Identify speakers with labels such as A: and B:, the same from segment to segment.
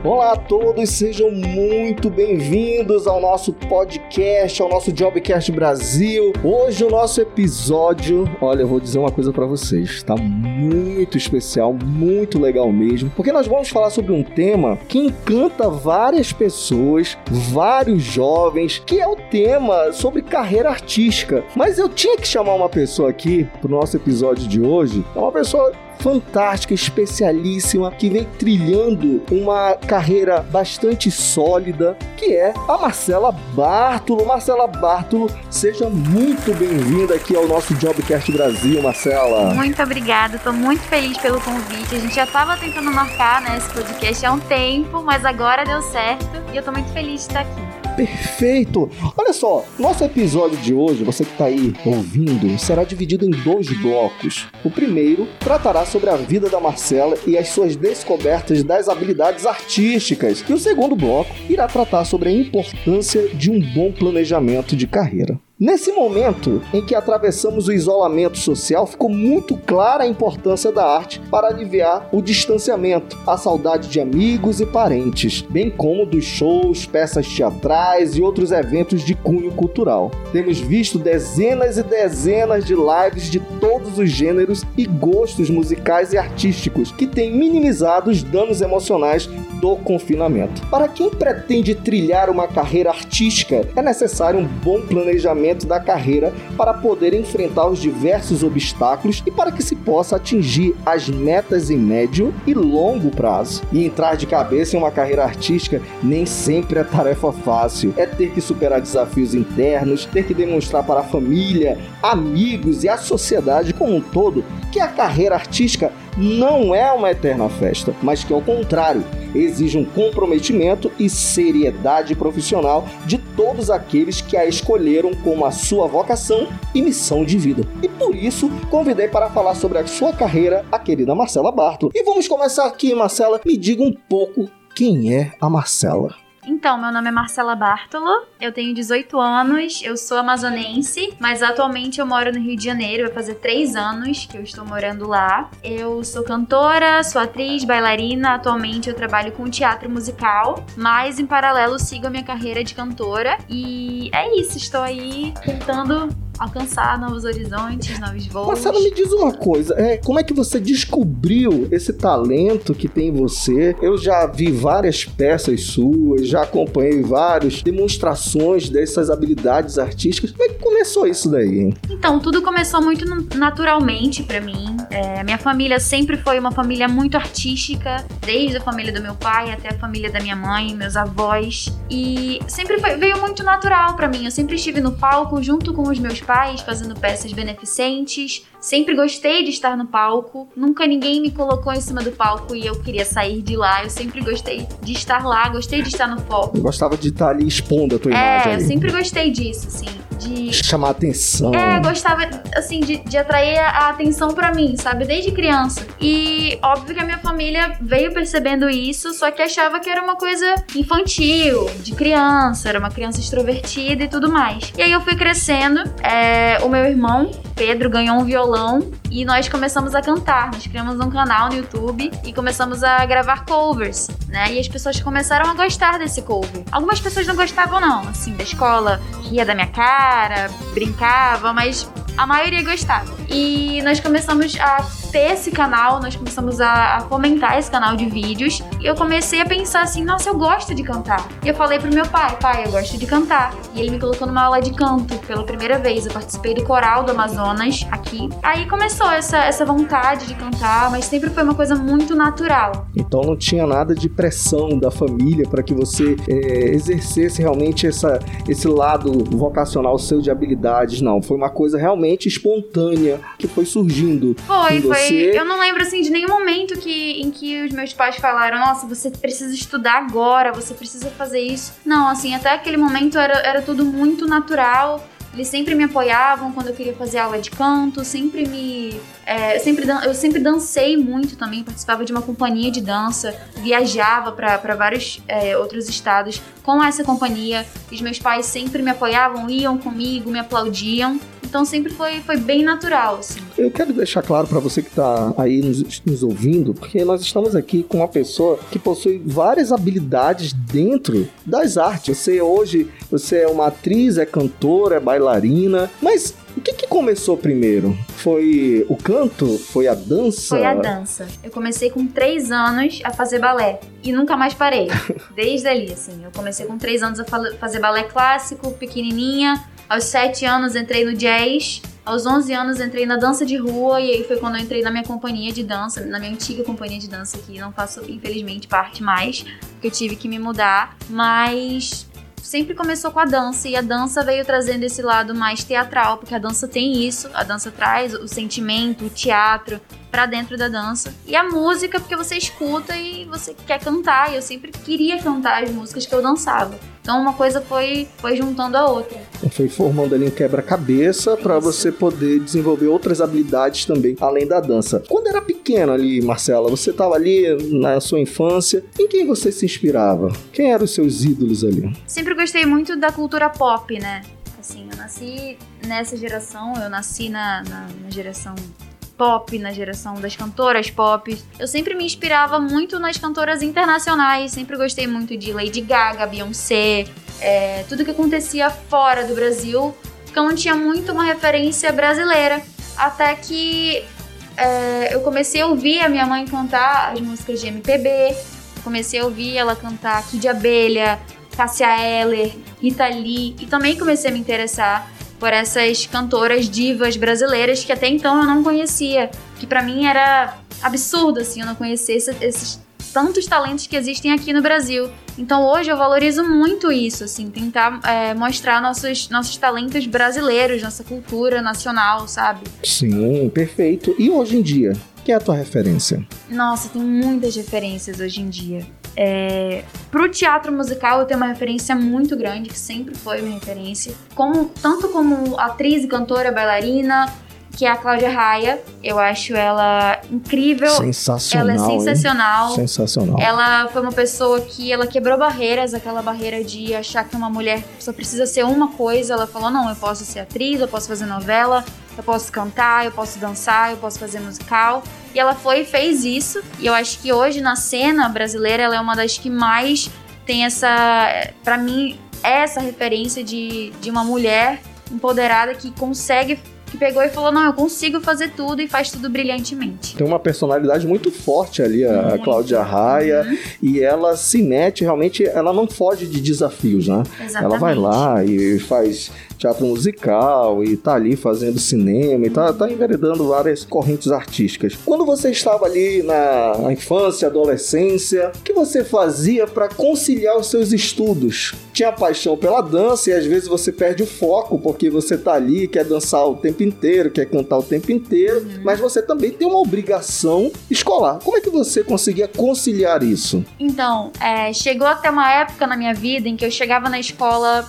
A: Olá a todos, sejam muito bem-vindos ao nosso podcast, ao nosso Jobcast Brasil. Hoje o nosso episódio, olha, eu vou dizer uma coisa pra vocês, tá muito especial, muito legal mesmo, porque nós vamos falar sobre um tema que encanta várias pessoas, vários jovens, que é o tema sobre carreira artística. Mas eu tinha que chamar uma pessoa aqui pro nosso episódio de hoje, é uma pessoa fantástica, especialíssima, que vem trilhando uma carreira bastante sólida, que é a Marcela Bartolo. Marcela Bartolo, seja muito bem-vinda aqui ao nosso Jobcast Brasil, Marcela.
B: Muito obrigada, estou muito feliz pelo convite. A gente já estava tentando marcar, esse podcast há um tempo, mas agora deu certo e eu estou muito feliz de estar aqui.
A: Perfeito! Olha só, nosso episódio de hoje, você que está aí ouvindo, será dividido em 2 blocos. O primeiro tratará sobre a vida da Marcela e as suas descobertas das habilidades artísticas. E o segundo bloco irá tratar sobre a importância de um bom planejamento de carreira. Nesse momento em que atravessamos o isolamento social, ficou muito clara a importância da arte para aliviar o distanciamento, a saudade de amigos e parentes, bem como dos shows, peças teatrais e outros eventos de cunho cultural. Temos visto dezenas e dezenas de lives de todos os gêneros e gostos musicais e artísticos que têm minimizado os danos emocionais do confinamento. Para quem pretende trilhar uma carreira artística, é necessário um bom planejamento da carreira para poder enfrentar os diversos obstáculos e para que se possa atingir as metas em médio e longo prazo. E entrar de cabeça em uma carreira artística nem sempre é tarefa fácil. É ter que superar desafios internos, ter que demonstrar para a família, amigos e a sociedade como um todo que a carreira artística não é uma eterna festa, mas que ao contrário, exige um comprometimento e seriedade profissional de todos aqueles que a escolheram como a sua vocação e missão de vida. E por isso, convidei para falar sobre a sua carreira a querida Marcela Bartolo. E vamos começar aqui, Marcela. Me diga um pouco quem é a Marcela.
B: Então, meu nome é Marcela Bartolo, eu tenho 18 anos, eu sou amazonense, mas atualmente eu moro no Rio de Janeiro, vai fazer 3 anos que eu estou morando lá. Eu sou cantora, sou atriz, bailarina, atualmente eu trabalho com teatro musical, mas em paralelo sigo a minha carreira de cantora e é isso, estou aí tentando alcançar novos horizontes, novos voos.
A: Marcela, me diz uma coisa, como é que você descobriu esse talento que tem em você? Eu já vi várias peças suas, já acompanhei várias demonstrações dessas habilidades artísticas. Como é que começou isso daí, hein?
B: Então, tudo começou muito naturalmente pra mim. Minha família sempre foi uma família muito artística, desde a família do meu pai até a família da minha mãe, meus avós. E sempre veio muito natural pra mim. Eu sempre estive no palco junto com os meus pais, fazendo peças beneficentes. Sempre gostei de estar no palco. Nunca ninguém me colocou em cima do palco e eu queria sair de lá. Eu sempre gostei de estar lá, gostei de estar no foco.
A: Eu gostava de estar ali expondo a tua imagem.
B: Eu sempre gostei disso, assim. De
A: chamar atenção.
B: Gostava, assim, de atrair a atenção pra mim, sabe? Desde criança. E óbvio que a minha família veio percebendo isso, só que achava que era uma coisa infantil, de criança, era uma criança extrovertida e tudo mais. E aí eu fui crescendo, o meu irmão, Pedro, ganhou um violão e nós começamos a cantar. Nós criamos um canal no YouTube e começamos a gravar covers, né? E as pessoas começaram a gostar desse cover. Algumas pessoas não gostavam não, assim, da escola, ria da minha cara, brincava, mas a maioria gostava. E nós começamos a ter esse canal, nós começamos a fomentar esse canal de vídeos. E eu comecei a pensar assim, nossa, eu gosto de cantar. E eu falei pro meu pai, eu gosto de cantar. E ele me colocou numa aula de canto pela primeira vez. Eu participei do coral do Amazonas, aqui. Aí começou essa vontade de cantar, mas sempre foi uma coisa muito natural.
A: Então não tinha nada de pressão da família para que você exercesse realmente esse lado vocacional seu de habilidades, não. Foi uma coisa realmente espontânea que foi surgindo.
B: Foi. Eu não lembro, assim, de nenhum momento em que os meus pais falaram, nossa, você precisa estudar agora, você precisa fazer isso. Não, assim, até aquele momento era tudo muito natural. Eles sempre me apoiavam quando eu queria fazer aula de canto, eu sempre dancei muito também, participava de uma companhia de dança, viajava para vários outros estados com essa companhia. Os meus pais sempre me apoiavam, iam comigo, me aplaudiam. Então Então sempre foi bem natural, assim.
A: Eu quero deixar claro para você que está aí nos ouvindo, porque nós estamos aqui com uma pessoa que possui várias habilidades dentro das artes. Você é uma atriz, é cantora, é bailarina, mas o que começou primeiro? Foi o canto? Foi a dança?
B: Foi a dança. Eu comecei com 3 anos a fazer balé e nunca mais parei. Desde ali, assim. Eu comecei com 3 anos a fazer balé clássico, pequenininha. Aos 7 anos entrei no jazz. Aos 11 anos entrei na dança de rua e aí foi quando eu entrei na minha companhia de dança, na minha antiga companhia de dança, que não faço, infelizmente, parte mais, porque eu tive que me mudar, mas sempre começou com a dança, e a dança veio trazendo esse lado mais teatral, porque a dança tem isso, a dança traz o sentimento, o teatro pra dentro da dança, e a música porque você escuta e você quer cantar, e eu sempre queria cantar as músicas que eu dançava. Então uma coisa foi juntando a outra.
A: Foi formando ali um quebra-cabeça para você poder desenvolver outras habilidades também, além da dança. Quando era pequena ali, Marcela, você estava ali na sua infância, em quem você se inspirava? Quem eram os seus ídolos ali?
B: Sempre gostei muito da cultura pop, né? Assim, eu nasci nessa geração, eu nasci na geração pop, na geração das cantoras pop. Eu sempre me inspirava muito nas cantoras internacionais, sempre gostei muito de Lady Gaga, Beyoncé, tudo que acontecia fora do Brasil, porque eu não tinha muito uma referência brasileira, até que eu comecei a ouvir a minha mãe cantar as músicas de MPB, comecei a ouvir ela cantar Kid de Abelha, Cássia Eller, Rita Lee, e também comecei a me interessar por essas cantoras divas brasileiras que até então eu não conhecia, que pra mim era absurdo, assim, eu não conhecer esses tantos talentos que existem aqui no Brasil. Então hoje eu valorizo muito isso, assim, tentar mostrar nossos talentos brasileiros, nossa cultura nacional, sabe?
A: Sim, perfeito. E hoje em dia, quem é a tua referência?
B: Nossa, tem muitas referências hoje em dia. Pro teatro musical eu tenho uma referência muito grande, que sempre foi minha referência, tanto como atriz e cantora, bailarina, que é a Cláudia Raia. Eu acho ela incrível.
A: Sensacional.
B: Ela é sensacional.
A: Sensacional.
B: Ela foi uma pessoa que ela quebrou barreiras, aquela barreira de achar que uma mulher só precisa ser uma coisa. Ela falou, não, eu posso ser atriz, eu posso fazer novela, eu posso cantar, eu posso dançar, eu posso fazer musical. E ela foi e fez isso. E eu acho que hoje na cena brasileira ela é uma das que mais tem pra mim, essa referência de uma mulher empoderada que consegue, que pegou e falou, não, eu consigo fazer tudo, e faz tudo brilhantemente. Tem
A: uma personalidade muito forte ali, a Cláudia Raia, e ela se mete, realmente, ela não foge de desafios, né?
B: Exatamente.
A: Ela vai lá e faz teatro musical e tá ali fazendo cinema e tá enveredando várias correntes artísticas. Quando você estava ali na infância, adolescência, o que você fazia para conciliar os seus estudos? Tinha paixão pela dança e às vezes você perde o foco porque você tá ali, quer dançar o tempo inteiro, quer cantar o tempo inteiro, mas você também tem uma obrigação escolar. Como é que você conseguia conciliar isso?
B: Então, chegou até uma época na minha vida em que eu chegava na escola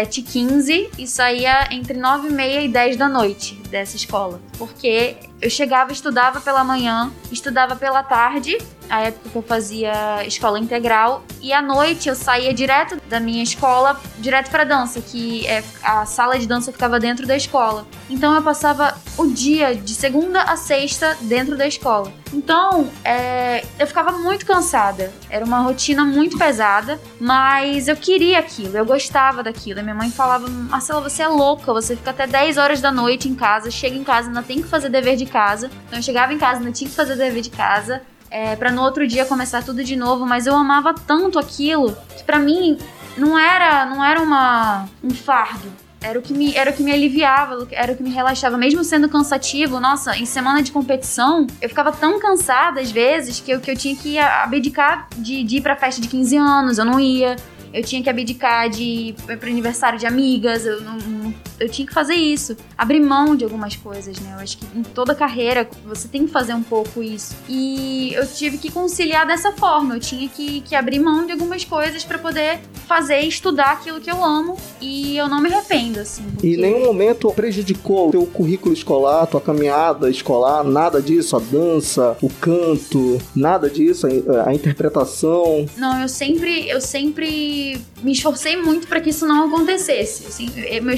B: 7h15 e saía entre 9h30 e 10 da noite dessa escola, porque eu chegava, estudava pela manhã, estudava pela tarde, a época que eu fazia escola integral, e à noite eu saía direto da minha escola, direto pra dança, que a sala de dança ficava dentro da escola. Então eu passava o dia de segunda a sexta dentro da escola. Então eu ficava muito cansada, era uma rotina muito pesada, mas eu queria aquilo, eu gostava daquilo. A minha mãe falava, Marcela, você é louca, você fica até 10 horas da noite em casa, chega em casa, ainda tem que fazer dever de casa. Então eu chegava em casa, ainda tinha que fazer dever de casa, pra no outro dia começar tudo de novo, mas eu amava tanto aquilo, que pra mim não era um fardo. Era o que me aliviava, era o que me relaxava, mesmo sendo cansativo. Nossa, em semana de competição, eu ficava tão cansada às vezes que eu tinha que abdicar de ir pra festa de 15 anos, eu não ia. Eu tinha que abdicar de ir pro aniversário de amigas, eu tinha que fazer isso. Abrir mão de algumas coisas, né? Eu acho que em toda carreira você tem que fazer um pouco isso. E eu tive que conciliar dessa forma. Eu tinha que abrir mão de algumas coisas pra poder fazer e estudar aquilo que eu amo. E eu não me arrependo, assim. Porque...
A: E em nenhum momento prejudicou o teu currículo escolar, tua caminhada escolar, nada disso? A dança, o canto, nada disso? A interpretação?
B: Não, eu sempre me esforcei muito para que isso não acontecesse. Assim, meus pais também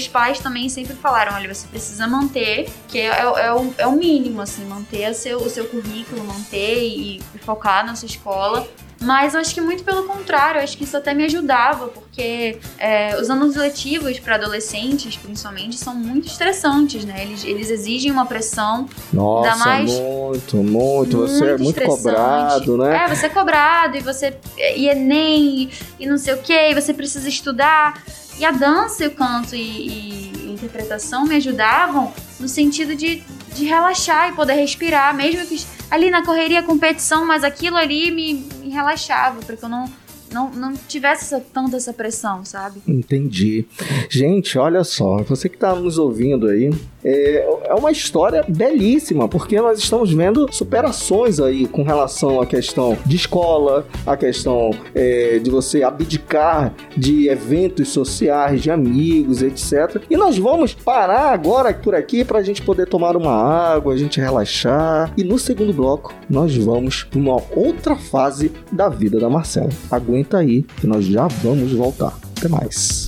B: também sempre falaram, olha, você precisa manter, que é o mínimo, assim, manter o seu currículo, manter e focar na sua escola. Mas eu acho que muito pelo contrário, eu acho que isso até me ajudava, porque os anos letivos para adolescentes, principalmente, são muito estressantes, né? Eles exigem uma pressão.
A: Nossa, muito. Você é muito cobrado, né?
B: Você é cobrado, e Enem, e não sei o quê, e você precisa estudar. E a dança, e o canto e a interpretação me ajudavam no sentido de relaxar e poder respirar, mesmo que ali na correria, competição, mas aquilo ali me relaxava, porque eu não tivesse tanta essa pressão, sabe?
A: Entendi. Gente, olha só, você que tá nos ouvindo aí, é uma história belíssima, porque nós estamos vendo superações aí com relação à questão de escola, a questão de você abdicar de eventos sociais, de amigos, etc. E nós vamos parar agora por aqui pra gente poder tomar uma água, a gente relaxar. E no segundo bloco, nós vamos para uma outra fase da vida da Marcela. Aguenta aí, que nós já vamos voltar. Até mais.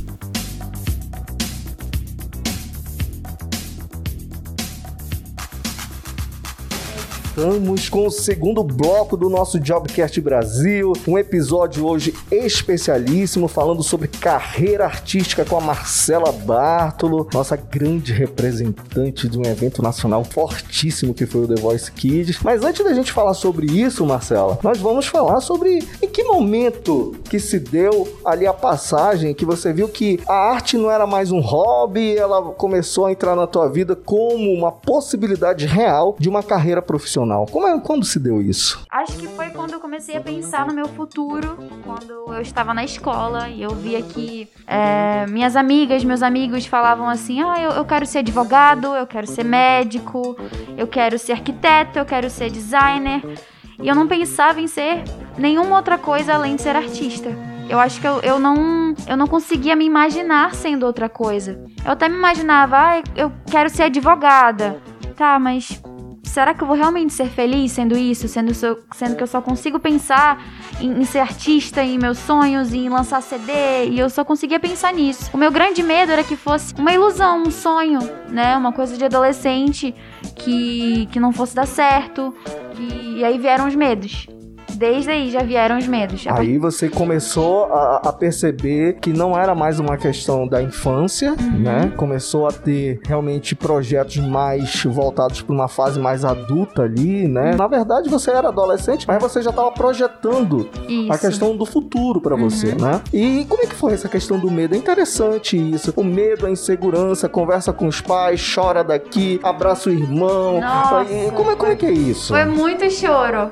A: Estamos com o segundo bloco do nosso Jobcast Brasil, um episódio hoje especialíssimo, falando sobre carreira artística com a Marcela Bartolo, nossa grande representante de um evento nacional fortíssimo que foi o The Voice Kids. Mas antes da gente falar sobre isso, Marcela, nós vamos falar sobre em que momento que se deu ali a passagem que você viu que a arte não era mais um hobby, ela começou a entrar na tua vida como uma possibilidade real de uma carreira profissional. Quando se deu isso?
B: Acho que foi quando eu comecei a pensar no meu futuro, quando eu estava na escola e eu via que minhas amigas, meus amigos falavam assim, eu quero ser advogado, eu quero ser médico, eu quero ser arquiteto, eu quero ser designer. E eu não pensava em ser nenhuma outra coisa além de ser artista. Eu acho que eu não conseguia me imaginar sendo outra coisa. Eu até me imaginava, eu quero ser advogada. Tá, mas será que eu vou realmente ser feliz sendo isso? Sendo que eu só consigo pensar em ser artista, em meus sonhos, em lançar CD, e eu só conseguia pensar nisso. O meu grande medo era que fosse uma ilusão, um sonho, né? Uma coisa de adolescente que não fosse dar certo. E aí vieram os medos. Desde aí já vieram os medos.
A: Aí você começou a perceber que não era mais uma questão da infância, né? Começou a ter realmente projetos mais voltados para uma fase mais adulta ali, né? Na verdade, você era adolescente, mas você já estava projetando a questão do futuro para você, né? E como é que foi essa questão do medo? É interessante isso. O medo, a insegurança, conversa com os pais, chora daqui, abraça o irmão.
B: Nossa,
A: como é que é isso?
B: Foi muito choro.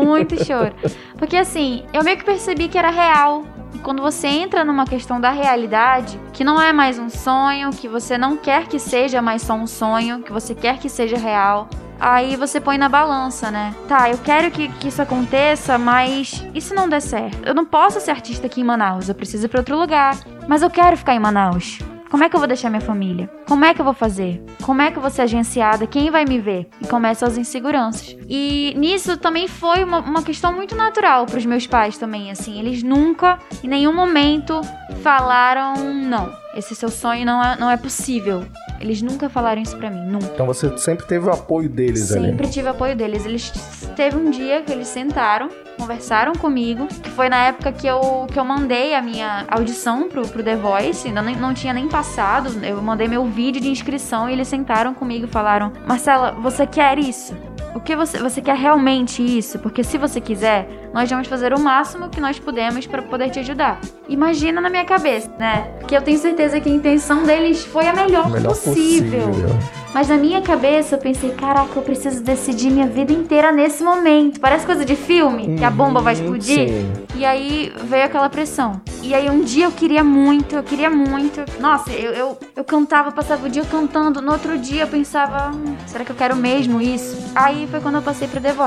B: Porque assim, eu meio que percebi que era real. E quando você entra numa questão da realidade, que não é mais um sonho, que você não quer que seja mais só um sonho, que você quer que seja real, aí você põe na balança, né? Tá, eu quero que isso aconteça, mas e se não der certo? Eu não posso ser artista aqui em Manaus, eu preciso ir pra outro lugar. Mas eu quero ficar em Manaus. Como é que eu vou deixar minha família? Como é que eu vou fazer? Como é que eu vou ser agenciada? Quem vai me ver? E começam as inseguranças. E nisso também foi uma questão muito natural pros meus pais também, assim. Eles nunca, em nenhum momento, falaram, não, esse seu sonho não é possível. Eles nunca falaram isso pra mim, nunca.
A: Então você sempre teve o apoio deles ali?
B: Sempre tive o apoio deles. Teve um dia que eles sentaram, conversaram comigo, que foi na época que eu mandei a minha audição pro The Voice, ainda não tinha nem passado, eu mandei meu vídeo de inscrição e eles sentaram comigo e falaram, Marcela, você quer isso? O que você quer realmente isso? Porque se você quiser, nós vamos fazer o máximo que nós pudermos para poder te ajudar. Imagina na minha cabeça, né? Porque eu tenho certeza que a intenção deles foi a melhor possível. Mas na minha cabeça eu pensei, caraca, eu preciso decidir minha vida inteira nesse momento. Parece coisa de filme, que a bomba vai explodir.
A: Sim.
B: E aí veio aquela pressão. E aí um dia eu queria muito. Nossa, eu cantava, passava o dia cantando. No outro dia eu pensava, será que eu quero mesmo isso? Aí foi quando eu passei pro The Voice.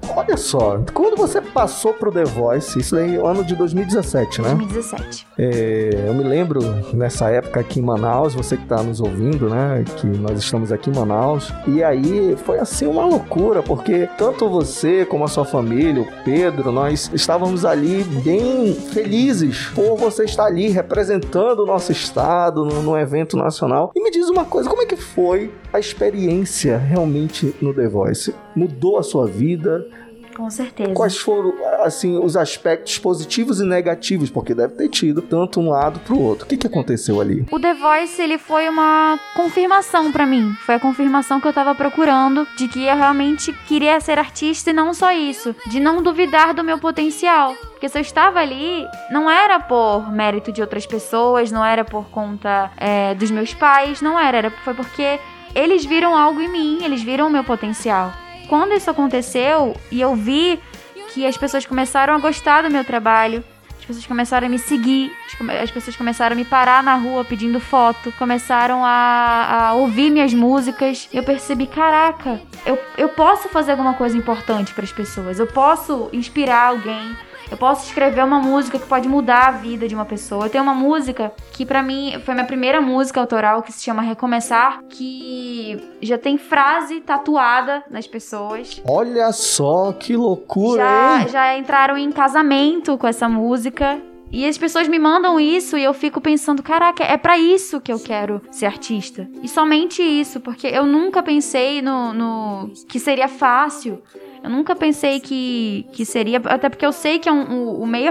A: Olha só, quando você passou pro The Voice, isso aí é o ano de 2017, né?
B: 2017.
A: Eu me lembro, nessa época aqui em Manaus, você que tá nos ouvindo, né? Que nós estamos aqui em Manaus. E aí, foi assim uma loucura, porque tanto você como a sua família, o Pedro, nós estávamos ali bem felizes por você estar ali representando o nosso estado num evento nacional. E me diz uma coisa, como é que foi a experiência realmente no The Voice? Mudou a sua vida?
B: Com certeza.
A: Quais foram, assim, os aspectos positivos e negativos? Porque deve ter tido tanto um lado pro outro. O que aconteceu ali?
B: O The Voice, ele foi uma confirmação pra mim. Foi a confirmação que eu tava procurando de que eu realmente queria ser artista e não só isso. De não duvidar do meu potencial. Porque se eu estava ali, não era por mérito de outras pessoas, não era por conta dos meus pais, não era. Foi porque eles viram algo em mim, eles viram o meu potencial. Quando isso aconteceu e eu vi que as pessoas começaram a gostar do meu trabalho, as pessoas começaram a me seguir, as pessoas começaram a me parar na rua pedindo foto, começaram a ouvir minhas músicas, eu percebi, caraca, eu posso fazer alguma coisa importante para as pessoas, eu posso inspirar alguém. Eu posso escrever uma música que pode mudar a vida de uma pessoa. Eu tenho uma música que pra mim foi minha primeira música autoral, que se chama Recomeçar, que já tem frase tatuada nas pessoas.
A: Olha só que loucura, hein?
B: Já entraram em casamento com essa música. E as pessoas me mandam isso e eu fico pensando, caraca, é pra isso que eu quero ser artista. E somente isso, porque eu nunca pensei no que seria fácil. Eu nunca pensei que seria... Até porque eu sei que o meio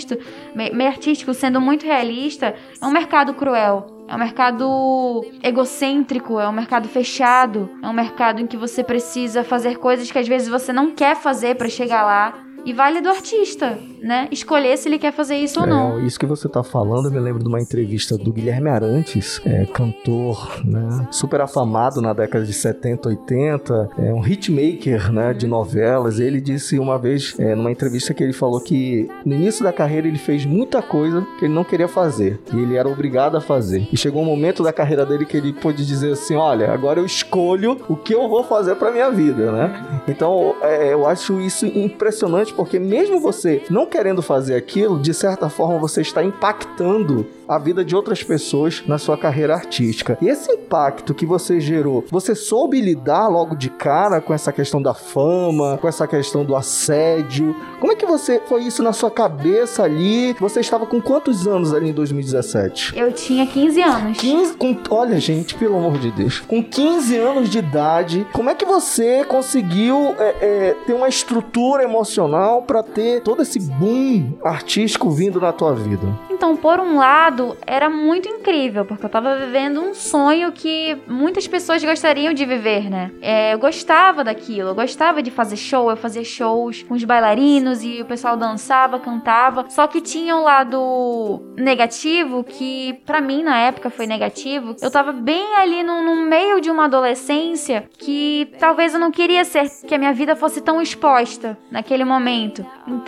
B: artístico, sendo muito realista, é um mercado cruel. É um mercado egocêntrico, é um mercado fechado. É um mercado em que você precisa fazer coisas que às vezes você não quer fazer pra chegar lá. E vale do artista, né? Escolher se ele quer fazer isso ou não.
A: Isso que você tá falando, eu me lembro de uma entrevista do Guilherme Arantes, cantor, né? Super afamado na década de 70, 80, um hitmaker, né? De novelas. Ele disse uma vez, numa entrevista, que ele falou que no início da carreira ele fez muita coisa que ele não queria fazer, e ele era obrigado a fazer. E chegou um momento da carreira dele que ele pôde dizer assim, olha, agora eu escolho o que eu vou fazer pra minha vida, né? Então, eu acho isso impressionante, porque mesmo você não querendo fazer aquilo, de certa forma você está impactando a vida de outras pessoas na sua carreira artística. E esse impacto que você gerou, você soube lidar logo de cara com essa questão da fama, com essa questão do assédio? Como é que foi isso na sua cabeça ali? Você estava com quantos anos ali em 2017?
B: Eu tinha 15 anos.
A: Olha, gente, pelo amor de Deus. Com 15 anos de idade, como é que você conseguiu ter uma estrutura emocional para ter todo esse boom artístico vindo na tua vida?
B: Então, por um lado, era muito incrível, porque eu tava vivendo um sonho que muitas pessoas gostariam de viver, né? Eu gostava daquilo, eu gostava de fazer show, eu fazia shows com os bailarinos e o pessoal dançava, cantava, só que tinha um lado negativo que, pra mim, na época foi negativo. Eu tava bem ali no meio de uma adolescência que talvez eu não queria que a minha vida fosse tão exposta naquele momento.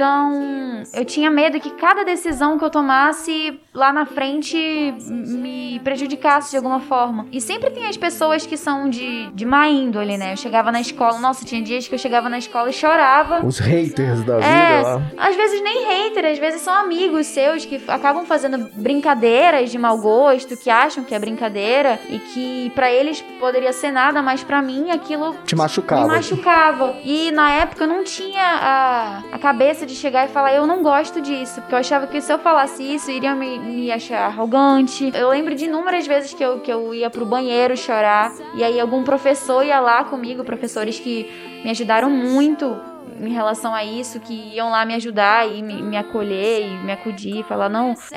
B: Então, eu tinha medo que cada decisão que eu tomasse lá na frente me prejudicasse de alguma forma. E sempre tem as pessoas que são de má índole, né? Eu chegava na escola, nossa, tinha dias que eu chegava na escola e chorava.
A: Os haters da vida lá.
B: Às vezes nem hater, às vezes são amigos seus que acabam fazendo brincadeiras de mau gosto, que acham que é brincadeira e que pra eles poderia ser nada, mas pra mim aquilo
A: te machucava.
B: Me machucava. E na época eu não tinha a cabeça de chegar e falar, eu não gosto disso, porque eu achava que se eu falasse isso, iriam me achar arrogante. Eu lembro de inúmeras vezes que eu ia pro banheiro chorar, e aí algum professor ia lá comigo, professores que me ajudaram muito em relação a isso, que iam lá me ajudar e me acolher e me acudir, falar,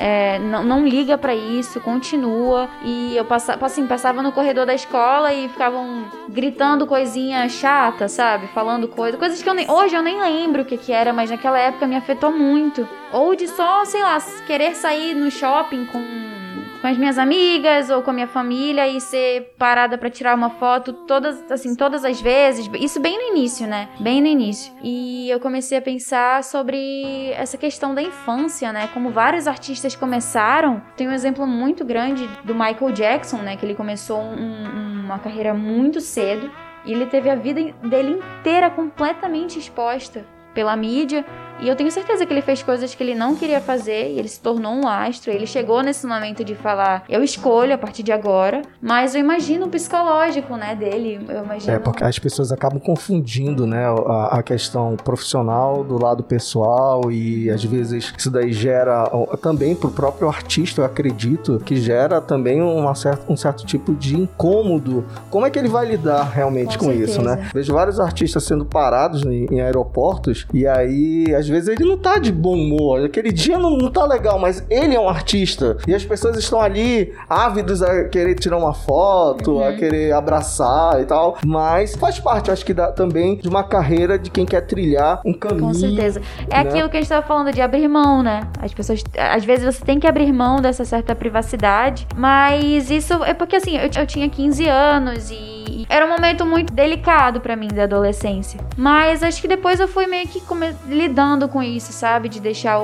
B: não liga pra isso, continua. E eu passava no corredor da escola e ficavam gritando coisinha chata, sabe? Falando coisas que hoje eu nem lembro o que era, mas naquela época me afetou muito. Ou de só, sei lá, querer sair no shopping com as minhas amigas ou com a minha família e ser parada pra tirar uma foto todas as vezes. Isso bem no início, né? Bem no início. E eu comecei a pensar sobre essa questão da infância, né? Como vários artistas começaram. Tem um exemplo muito grande do Michael Jackson, né? Que ele começou uma carreira muito cedo. E ele teve a vida dele inteira completamente exposta pela mídia. E eu tenho certeza que ele fez coisas que ele não queria fazer e ele se tornou um astro. Ele chegou nesse momento de falar, eu escolho a partir de agora, mas eu imagino o psicológico, né, dele. Eu imagino...
A: porque as pessoas acabam confundindo, né, a questão profissional do lado pessoal, e às vezes isso daí gera também pro próprio artista, eu acredito, que gera também um certo tipo de incômodo. Como é que ele vai lidar realmente com isso, né? Vejo vários artistas sendo parados em aeroportos, e aí às vezes ele não tá de bom humor, aquele dia não tá legal, mas ele é um artista, e as pessoas estão ali ávidos a querer tirar uma foto, a querer abraçar e tal, mas faz parte, eu acho que também de uma carreira de quem quer trilhar um caminho. Com
B: certeza. É, né? Aquilo que a gente tava falando de abrir mão, né? As pessoas, às vezes você tem que abrir mão dessa certa privacidade, mas isso é porque assim, eu tinha 15 anos e era um momento muito delicado pra mim da adolescência, mas acho que depois eu fui meio que lidando com isso, sabe? De deixar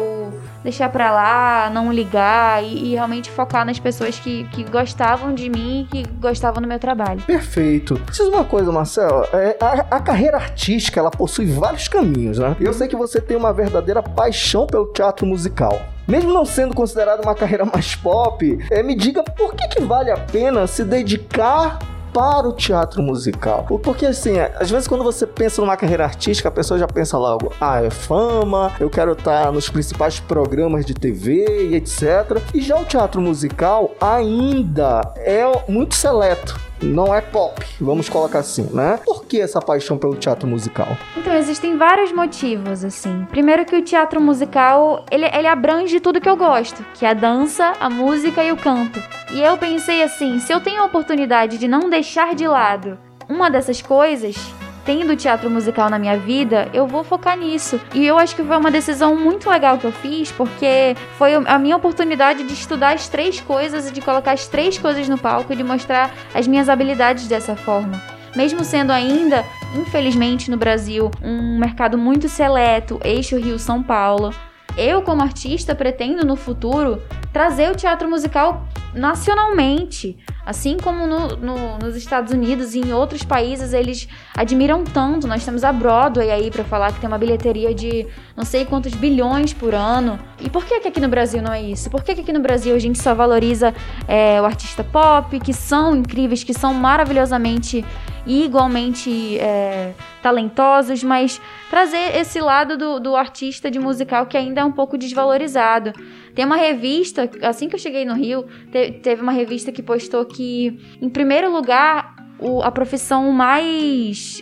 B: pra lá, não ligar e realmente focar nas pessoas que gostavam de mim, que gostavam do meu trabalho.
A: Perfeito. Diz uma coisa, Marcelo, a carreira artística, ela possui vários caminhos, né? Eu sei que você tem uma verdadeira paixão pelo teatro musical. Mesmo não sendo considerada uma carreira mais pop, me diga por que vale a pena se dedicar para o teatro musical. Porque assim, às vezes quando você pensa numa carreira artística, a pessoa já pensa logo, é fama, eu quero estar nos principais programas de TV e etc. E já o teatro musical ainda é muito seleto. Não é pop, vamos colocar assim, né? Por que essa paixão pelo teatro musical?
B: Então, existem vários motivos, assim. Primeiro que o teatro musical, ele abrange tudo que eu gosto, que é a dança, a música e o canto. E eu pensei assim, se eu tenho a oportunidade de não deixar de lado uma dessas coisas, tendo teatro musical na minha vida, eu vou focar nisso. E eu acho que foi uma decisão muito legal que eu fiz, porque foi a minha oportunidade de estudar as 3 coisas e de colocar as 3 coisas no palco e de mostrar as minhas habilidades dessa forma. Mesmo sendo ainda, infelizmente, no Brasil, um mercado muito seleto, eixo Rio-São Paulo, eu, como artista, pretendo, no futuro, trazer o teatro musical nacionalmente. Assim como nos Estados Unidos e em outros países, eles admiram tanto. Nós temos a Broadway aí pra falar que tem uma bilheteria de não sei quantos bilhões por ano. E por que aqui no Brasil não é isso? Por que aqui no Brasil a gente só valoriza o artista pop, que são incríveis, que são maravilhosamente e igualmente talentosos, mas trazer esse lado do artista de musical que ainda é um pouco desvalorizado. Tem uma revista, assim que eu cheguei no Rio, teve uma revista que postou que, em primeiro lugar, a profissão mais...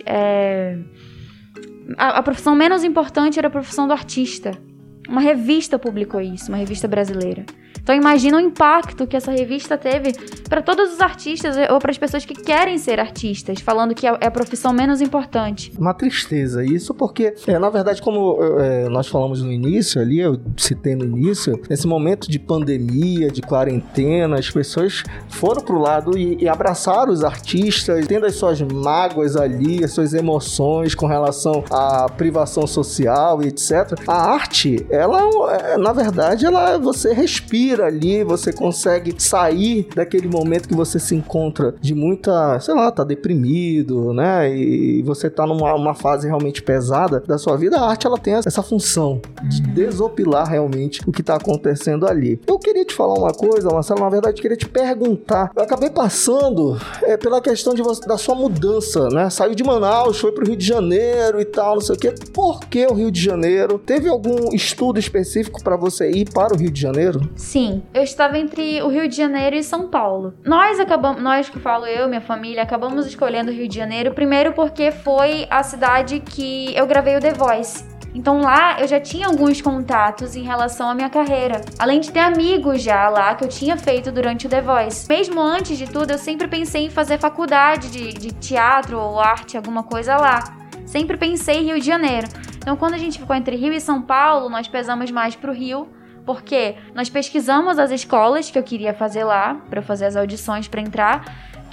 B: a profissão menos importante era a profissão do artista. Uma revista publicou isso, uma revista brasileira. Então imagina o impacto que essa revista teve para todos os artistas ou para as pessoas que querem ser artistas, falando que é a profissão menos importante.
A: Uma tristeza isso, porque na verdade, como nós falamos no início ali, eu citei no início, nesse momento de pandemia, de quarentena, as pessoas foram pro lado e abraçaram os artistas, tendo as suas mágoas ali, as suas emoções com relação à privação social e etc. A arte, ela, na verdade, você respira ali, você consegue sair daquele momento que você se encontra de muita, sei lá, tá deprimido, né, e você tá numa fase realmente pesada da sua vida. A arte, ela tem essa função de desopilar realmente o que tá acontecendo ali. Eu queria te falar uma coisa, Marcelo, na verdade, eu queria te perguntar. Eu acabei passando pela questão da sua mudança, né, saiu de Manaus, foi pro Rio de Janeiro e tal, não sei o quê. Por que o Rio de Janeiro? Teve algum estudo específico para você ir para o Rio de Janeiro?
B: Sim, eu estava entre o Rio de Janeiro e São Paulo. Nós que falo eu, minha família, acabamos escolhendo o Rio de Janeiro, primeiro porque foi a cidade que eu gravei o The Voice. Então lá eu já tinha alguns contatos em relação à minha carreira. Além de ter amigos já lá que eu tinha feito durante o The Voice. Mesmo antes de tudo, eu sempre pensei em fazer faculdade de teatro ou arte, alguma coisa lá. Sempre pensei em Rio de Janeiro. Então quando a gente ficou entre Rio e São Paulo, nós pesamos mais pro Rio, porque nós pesquisamos as escolas que eu queria fazer lá, para fazer as audições para entrar,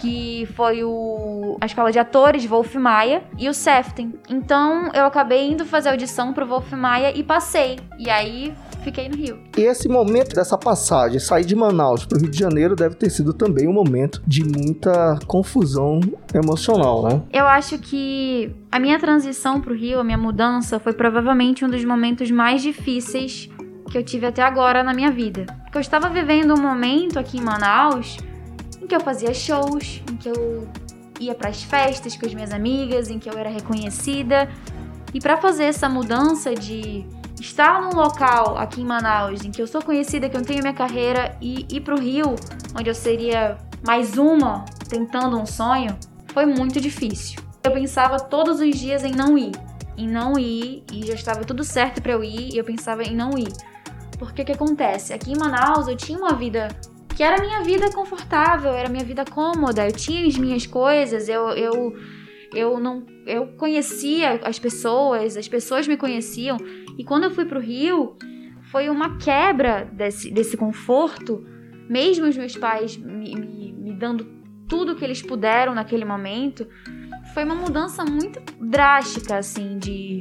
B: que foi a escola de atores Wolf Maia e o Seften. Então eu acabei indo fazer audição pro Wolf Maia e passei. E aí fiquei no Rio.
A: E esse momento dessa passagem, sair de Manaus pro Rio de Janeiro, deve ter sido também um momento de muita confusão emocional, né?
B: Eu acho que a minha transição pro Rio, a minha mudança, foi provavelmente um dos momentos mais difíceis que eu tive até agora na minha vida. Porque eu estava vivendo um momento aqui em Manaus em que eu fazia shows, em que eu ia pras festas com as minhas amigas, em que eu era reconhecida. E para fazer essa mudança de estar num local aqui em Manaus em que eu sou conhecida, que eu tenho minha carreira, e ir pro Rio, onde eu seria mais uma tentando um sonho, foi muito difícil. Eu pensava todos os dias em não ir, e já estava tudo certo pra eu ir, e eu pensava em não ir. Porque o que acontece? Aqui em Manaus eu tinha uma vida que era minha vida confortável, era minha vida cômoda, eu tinha as minhas coisas, eu conhecia as pessoas me conheciam. E quando eu fui pro Rio, foi uma quebra desse conforto, mesmo os meus pais me dando tudo que eles puderam naquele momento. Foi uma mudança muito drástica, assim,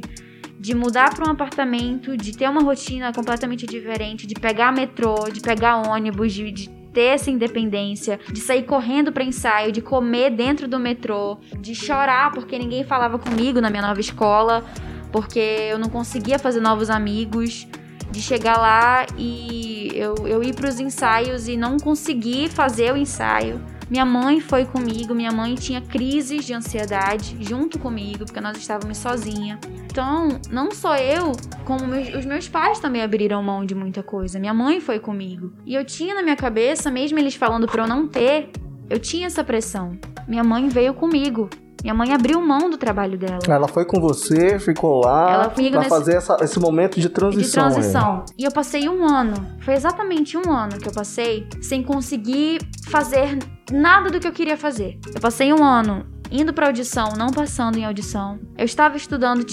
B: de mudar para um apartamento, de ter uma rotina completamente diferente, de pegar metrô, de pegar ônibus, de ter essa independência, de sair correndo para ensaio, de comer dentro do metrô, de chorar porque ninguém falava comigo na minha nova escola, porque eu não conseguia fazer novos amigos, de chegar lá e eu ir para os ensaios e não conseguir fazer o ensaio. Minha mãe foi comigo, minha mãe tinha crises de ansiedade junto comigo, porque nós estávamos sozinhas. Então, não só eu, como os meus pais também abriram mão de muita coisa. Minha mãe foi comigo. E eu tinha na minha cabeça, mesmo eles falando pra eu não ter, eu tinha essa pressão. Minha mãe veio comigo. Minha mãe abriu mão do trabalho dela.
A: Ela foi com você, ficou lá pra fazer esse momento de transição.
B: E eu passei um ano. Foi exatamente um ano que eu passei sem conseguir fazer nada do que eu queria fazer. Eu passei um ano indo pra audição, não passando em audição. Eu estava estudando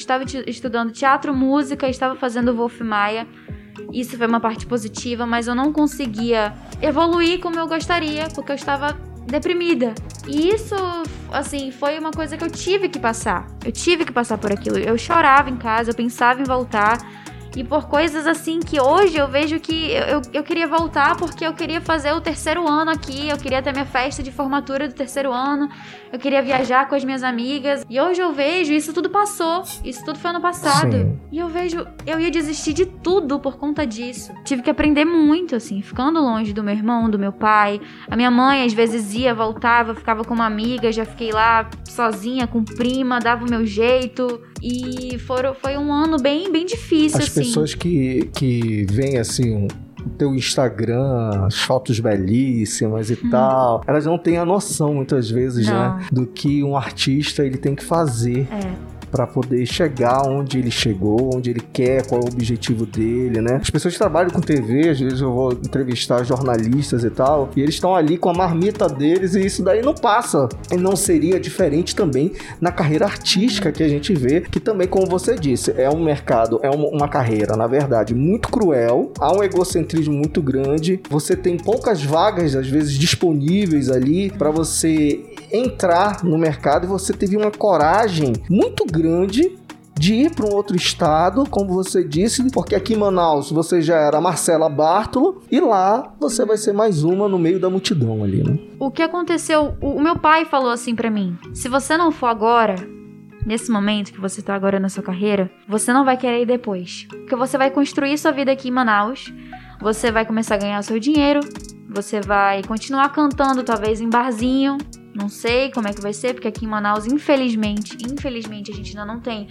B: teatro, música, estava fazendo Wolf Maia. Isso foi uma parte positiva, mas eu não conseguia evoluir como eu gostaria, porque eu estava deprimida. E isso, assim, foi uma coisa que eu tive que passar. Eu tive que passar por aquilo. Eu chorava em casa, eu pensava em voltar. E por coisas assim que hoje eu vejo que eu queria voltar porque eu queria fazer o terceiro ano aqui, eu queria ter minha festa de formatura do terceiro ano, eu queria viajar com as minhas amigas. E hoje eu vejo, isso tudo passou, isso tudo foi ano passado. Sim. E eu vejo, eu ia desistir de tudo por conta disso. Tive que aprender muito, assim, ficando longe do meu irmão, do meu pai. A minha mãe às vezes ia, voltava, ficava com uma amiga, já fiquei lá sozinha, com prima, dava o meu jeito. E foi um ano bem difícil,
A: As
B: assim.
A: As pessoas que veem, assim, o teu Instagram, as fotos belíssimas e tal, elas não têm a noção, muitas vezes, né, do que um artista ele tem que fazer. Pra poder chegar onde ele chegou, onde ele quer, qual é o objetivo dele, né? As pessoas que trabalham com TV, às vezes eu vou entrevistar jornalistas e tal, e eles estão ali com a marmita deles e isso daí não passa. E não seria diferente também na carreira artística que a gente vê, que também, como você disse, é um mercado, é uma carreira, na verdade, muito cruel, há um egocentrismo muito grande, você tem poucas vagas, às vezes, disponíveis ali pra você entrar no mercado, e você teve uma coragem muito grande de ir para um outro estado, como você disse, porque aqui em Manaus você já era Marcela Bartolo e lá você vai ser mais uma no meio da multidão ali, né?
B: O que aconteceu, o meu pai falou assim pra mim: se você não for agora, nesse momento que você tá agora na sua carreira, você não vai querer ir depois, porque você vai construir sua vida aqui em Manaus, você vai começar a ganhar seu dinheiro, você vai continuar cantando talvez em barzinho. Não sei como é que vai ser, porque aqui em Manaus, infelizmente, a gente ainda não tem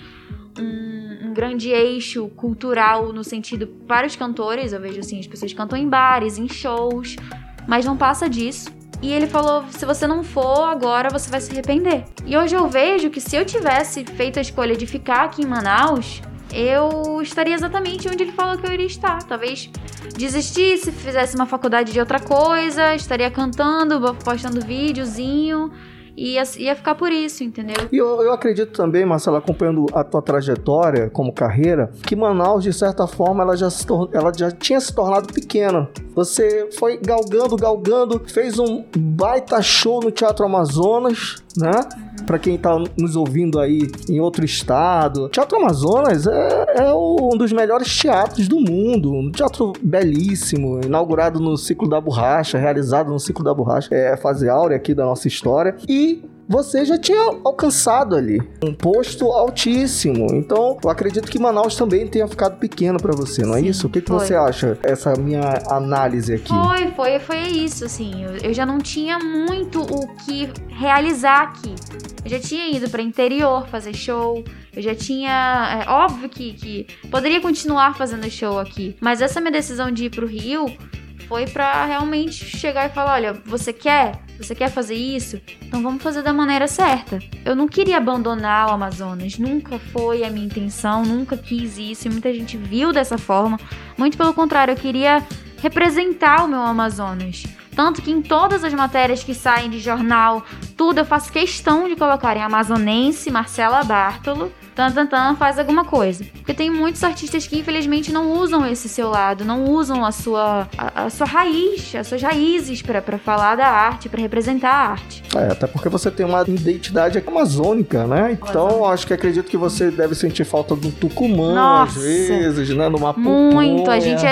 B: um grande eixo cultural no sentido para os cantores. Eu vejo assim, as pessoas cantam em bares, em shows, mas não passa disso. E ele falou, se você não for agora, você vai se arrepender. E hoje eu vejo que se eu tivesse feito a escolha de ficar aqui em Manaus, eu estaria exatamente onde ele falou que eu iria estar. Talvez desistisse, fizesse uma faculdade de outra coisa, estaria cantando, postando videozinho e ia ficar por isso, entendeu?
A: E eu acredito também, Marcela, acompanhando a tua trajetória como carreira, que Manaus, de certa forma, ela já tinha se tornado pequena. Você foi galgando, fez um baita show no Teatro Amazonas, né? Pra quem tá nos ouvindo aí em outro estado. Teatro Amazonas é um dos melhores teatros do mundo. Um teatro belíssimo, inaugurado no Ciclo da Borracha, realizado no Ciclo da Borracha. É a fase áurea aqui da nossa história. E você já tinha alcançado ali um posto altíssimo. Então, eu acredito que Manaus também tenha ficado pequeno pra você, não é isso? O que você acha? Essa minha análise aqui.
B: Foi isso, assim. Eu já não tinha muito o que realizar aqui. Eu já tinha ido pra interior fazer show. Eu já tinha... óbvio que poderia continuar fazendo show aqui. Mas essa minha decisão de ir pro Rio foi pra realmente chegar e falar, olha, você quer fazer isso? Então vamos fazer da maneira certa. Eu não queria abandonar o Amazonas, nunca foi a minha intenção, nunca quis isso, e muita gente viu dessa forma. Muito pelo contrário, eu queria representar o meu Amazonas. Tanto que em todas as matérias que saem de jornal, tudo eu faço questão de colocar em amazonense, Marcela Bartolo, faz alguma coisa. Porque tem muitos artistas que infelizmente não usam esse seu lado, não usam a sua raiz, as suas raízes pra falar da arte, pra representar a arte.
A: Até porque você tem uma identidade amazônica, né? Então, acredito que você deve sentir falta do Tucumã,
B: nossa,
A: às vezes, né? No Mapupunha.
B: Muito, a gente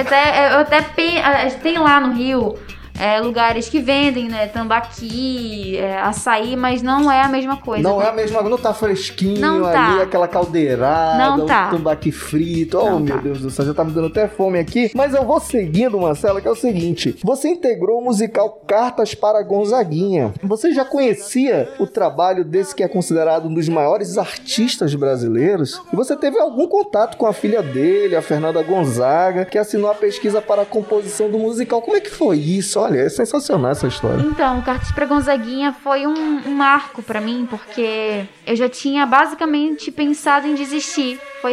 B: tem lá no Rio... lugares que vendem, né, tambaqui, açaí, mas não é a mesma coisa.
A: Não é a mesma coisa, não tá fresquinho
B: não
A: ali,
B: tá.
A: Aquela caldeirada,
B: não tá.
A: Tambaqui frito. Oh, meu Deus do céu, já tá me dando até fome aqui. Mas eu vou seguindo, Marcela, que é o seguinte. Você integrou o musical Cartas para Gonzaguinha. Você já conhecia o trabalho desse que é considerado um dos maiores artistas brasileiros? E você teve algum contato com a filha dele, a Fernanda Gonzaga, que assinou a pesquisa para a composição do musical. Como é que foi isso? Olha, é sensacional essa história.
B: Então, Cartas para Gonzaguinha foi um marco pra mim, porque eu já tinha basicamente pensado em desistir. Foi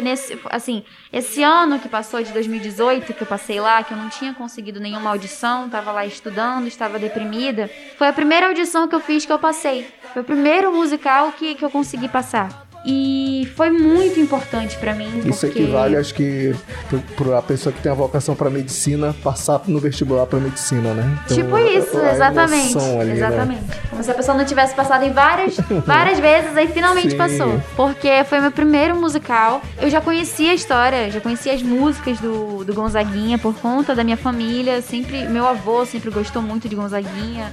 B: esse ano que passou, de 2018, que eu passei lá, que eu não tinha conseguido nenhuma audição, tava lá estudando, estava deprimida. Foi a primeira audição que eu fiz que eu passei. Foi o primeiro musical que eu consegui passar. E foi muito importante pra mim.
A: Isso equivale, acho que, pra pessoa que tem a vocação pra medicina, passar no vestibular pra medicina, né? Então,
B: tipo isso, exatamente. Ali, exatamente. Né? Como se a pessoa não tivesse passado em várias vezes, aí finalmente Sim. passou. Porque foi meu primeiro musical. Eu já conhecia a história, já conhecia as músicas do Gonzaguinha por conta da minha família. Meu avô sempre gostou muito de Gonzaguinha.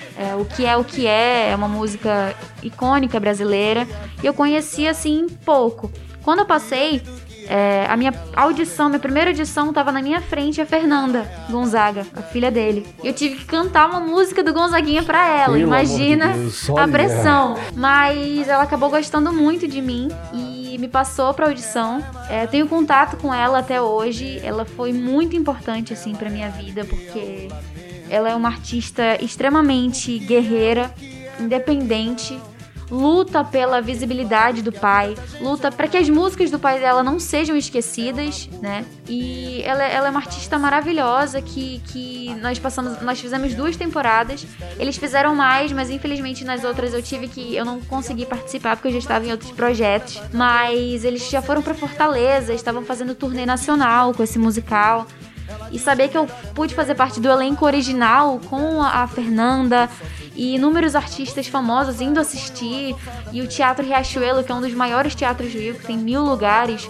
B: O que é uma música icônica brasileira, e eu conhecia assim pouco. Quando eu passei, a minha primeira audição estava na minha frente a Fernanda Gonzaga, a filha dele. Eu tive que cantar uma música do Gonzaguinha pra ela, imagina a pressão. Mas ela acabou gostando muito de mim e me passou pra audição. Tenho contato com ela até hoje. Ela foi muito importante assim pra minha vida, porque ela é uma artista extremamente guerreira, independente, luta pela visibilidade do pai, luta para que as músicas do pai dela não sejam esquecidas, né? E ela é uma artista maravilhosa que nós fizemos 2 temporadas. Eles fizeram mais, mas infelizmente nas outras eu não consegui participar porque eu já estava em outros projetos. Mas eles já foram para Fortaleza, estavam fazendo turnê nacional com esse musical. E saber que eu pude fazer parte do elenco original com a Fernanda e inúmeros artistas famosos indo assistir, e o Teatro Riachuelo, que é um dos maiores teatros do Rio, que tem 1000 lugares,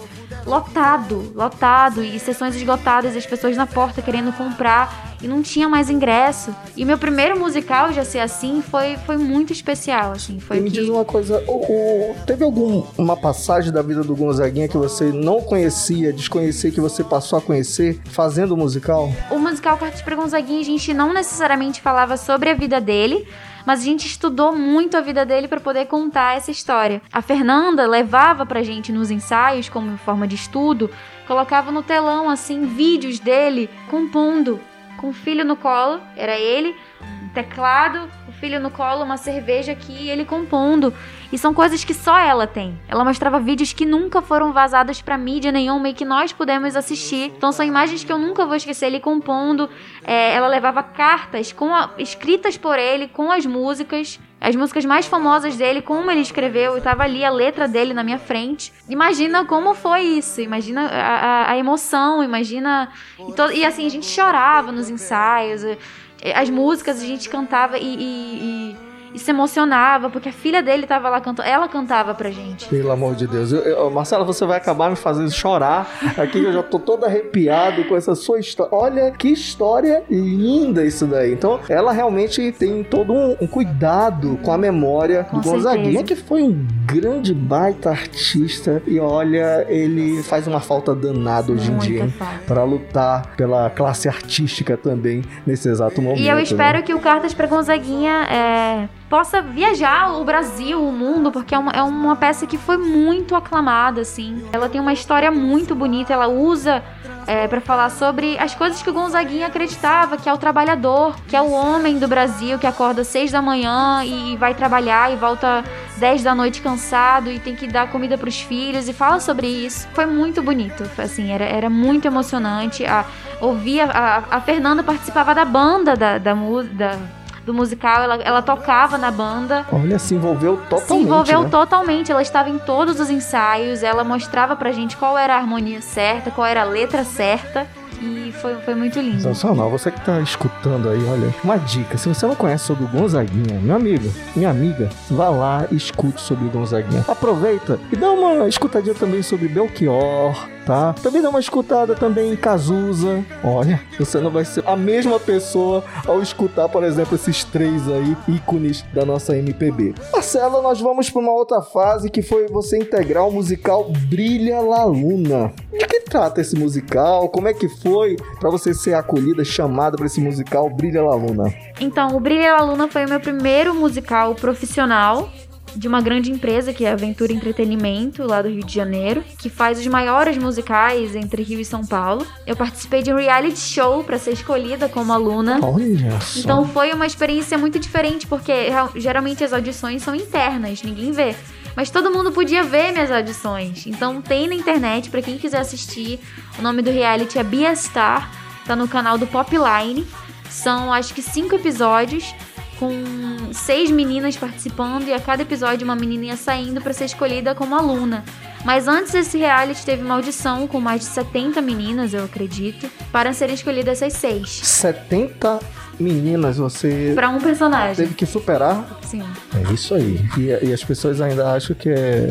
B: lotado, e sessões esgotadas, e as pessoas na porta querendo comprar, e não tinha mais ingresso. E o meu primeiro musical já ser assim foi muito especial, assim.
A: Me diz uma coisa, teve alguma passagem da vida do Gonzaguinha que você não conhecia, desconhecia, que você passou a conhecer fazendo o musical?
B: O musical Cartas para Gonzaguinha, a gente não necessariamente falava sobre a vida dele, mas a gente estudou muito a vida dele para poder contar essa história. A Fernanda levava pra gente nos ensaios, como forma de estudo, colocava no telão, assim, vídeos dele compondo, com o filho no colo, era ele, um teclado, o filho no colo, uma cerveja aqui, e ele compondo. E são coisas que só ela tem. Ela mostrava vídeos que nunca foram vazados pra mídia nenhuma e que nós pudemos assistir. Então são imagens que eu nunca vou esquecer. Ele compondo, ela levava cartas escritas por ele com as músicas as músicas mais famosas dele, como ele escreveu, e tava ali a letra dele na minha frente. Imagina como foi isso, imagina a emoção, imagina... E assim, a gente chorava nos ensaios, as músicas a gente cantava e se emocionava, porque a filha dele tava lá cantando, ela cantava pra gente.
A: Pelo amor de Deus. Marcela, você vai acabar me fazendo chorar aqui, eu já tô todo arrepiado com essa sua história. Olha que história linda isso daí. Então, ela realmente tem todo um cuidado com a memória do Gonzaguinha, que foi um grande baita artista. E olha, ele faz uma falta danada hoje em dia, hein, pra lutar pela classe artística também nesse exato momento.
B: E eu espero que o Cartas pra Gonzaguinha possa viajar o Brasil, o mundo, porque é uma peça que foi muito aclamada, assim. Ela tem uma história muito bonita, ela usa pra falar sobre as coisas que o Gonzaguinha acreditava, que é o trabalhador, que é o homem do Brasil, que acorda 6 da manhã e vai trabalhar e volta 10 da noite cansado e tem que dar comida pros filhos, e fala sobre isso. Foi muito bonito, assim, era muito emocionante. A Fernanda participava da banda do musical, ela tocava na banda.
A: Olha, se envolveu totalmente.
B: Se envolveu totalmente, ela estava em todos os ensaios, ela mostrava pra gente qual era a harmonia certa, qual era a letra certa, e foi muito lindo.
A: Sensacional. Você que tá escutando aí, olha, uma dica, se você não conhece sobre o Gonzaguinha, meu amigo, minha amiga, vá lá e escute sobre o Gonzaguinha. Aproveita e dá uma escutadinha também sobre Belchior, tá? Também dá uma escutada também em Cazuza. Olha, você não vai ser a mesma pessoa ao escutar, por exemplo, esses 3 aí, ícones da nossa MPB. Marcela, nós vamos para uma outra fase, que foi você integrar o musical Brilha La Luna. De que trata esse musical? Como é que foi para você ser acolhida, chamada para esse musical Brilha La Luna?
B: Então, o Brilha La Luna foi o meu primeiro musical profissional de uma grande empresa, que é a Aventura Entretenimento, lá do Rio de Janeiro, que faz os maiores musicais entre Rio e São Paulo. Eu participei de um reality show para ser escolhida como aluna.
A: Olha só.
B: Então foi uma experiência muito diferente, porque geralmente as audições são internas, ninguém vê. Mas todo mundo podia ver minhas audições. Então tem na internet, pra quem quiser assistir. O nome do reality é Be a Star, tá no canal do Popline. São, acho que 5 episódios, com 6 meninas participando, e a cada episódio uma menininha saindo pra ser escolhida como aluna. Mas antes desse reality teve uma audição com mais de 70 meninas, eu acredito, para serem escolhidas essas 6.
A: 70 meninas, você...
B: Pra um personagem.
A: Teve que superar?
B: Sim.
A: É isso aí. E as pessoas ainda acham que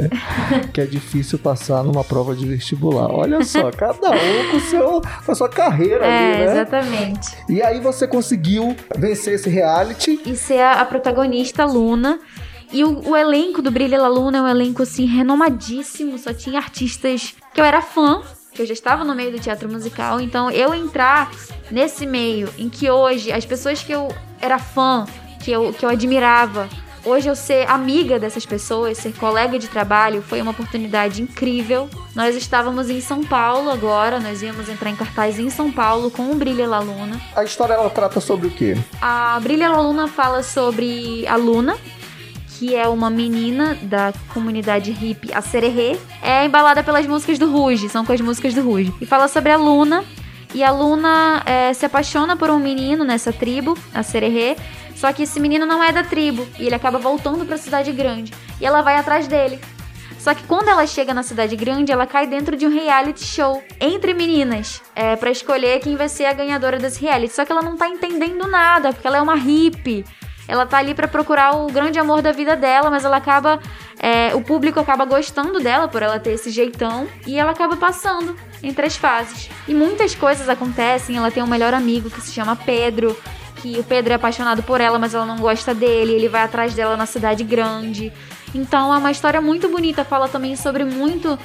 A: é difícil passar numa prova de vestibular. Olha só, cada um com a sua carreira ali, né?
B: Exatamente.
A: E aí você conseguiu vencer esse reality.
B: E ser a protagonista, Luna. E o elenco do Brilha La Luna é um elenco, assim, renomadíssimo. Só tinha artistas que eu era fã, que eu já estava no meio do teatro musical. Então, eu entrar nesse meio em que hoje as pessoas que eu era fã, que eu admirava, hoje eu ser amiga dessas pessoas, ser colega de trabalho, foi uma oportunidade incrível. Nós estávamos em São Paulo agora, nós íamos entrar em cartaz em São Paulo com o Brilha La Luna.
A: A história, ela trata sobre o quê?
B: A Brilha La Luna fala sobre a Luna, que é uma menina da comunidade hippie, a Sererê. É embalada pelas músicas do Ruge, são com as músicas do Ruge. E fala sobre a Luna, e a Luna se apaixona por um menino nessa tribo, a Sererê, só que esse menino não é da tribo, e ele acaba voltando pra cidade grande, e ela vai atrás dele. Só que quando ela chega na cidade grande, ela cai dentro de um reality show entre meninas, pra escolher quem vai ser a ganhadora desse reality. Só que ela não tá entendendo nada, porque ela é uma hippie. Ela tá ali pra procurar o grande amor da vida dela, mas ela acaba... o público acaba gostando dela por ela ter esse jeitão, e ela acaba passando entre as fases. E muitas coisas acontecem. Ela tem um melhor amigo que se chama Pedro, que o Pedro é apaixonado por ela, mas ela não gosta dele. Ele vai atrás dela na cidade grande. Então é uma história muito bonita. Fala também sobre muito...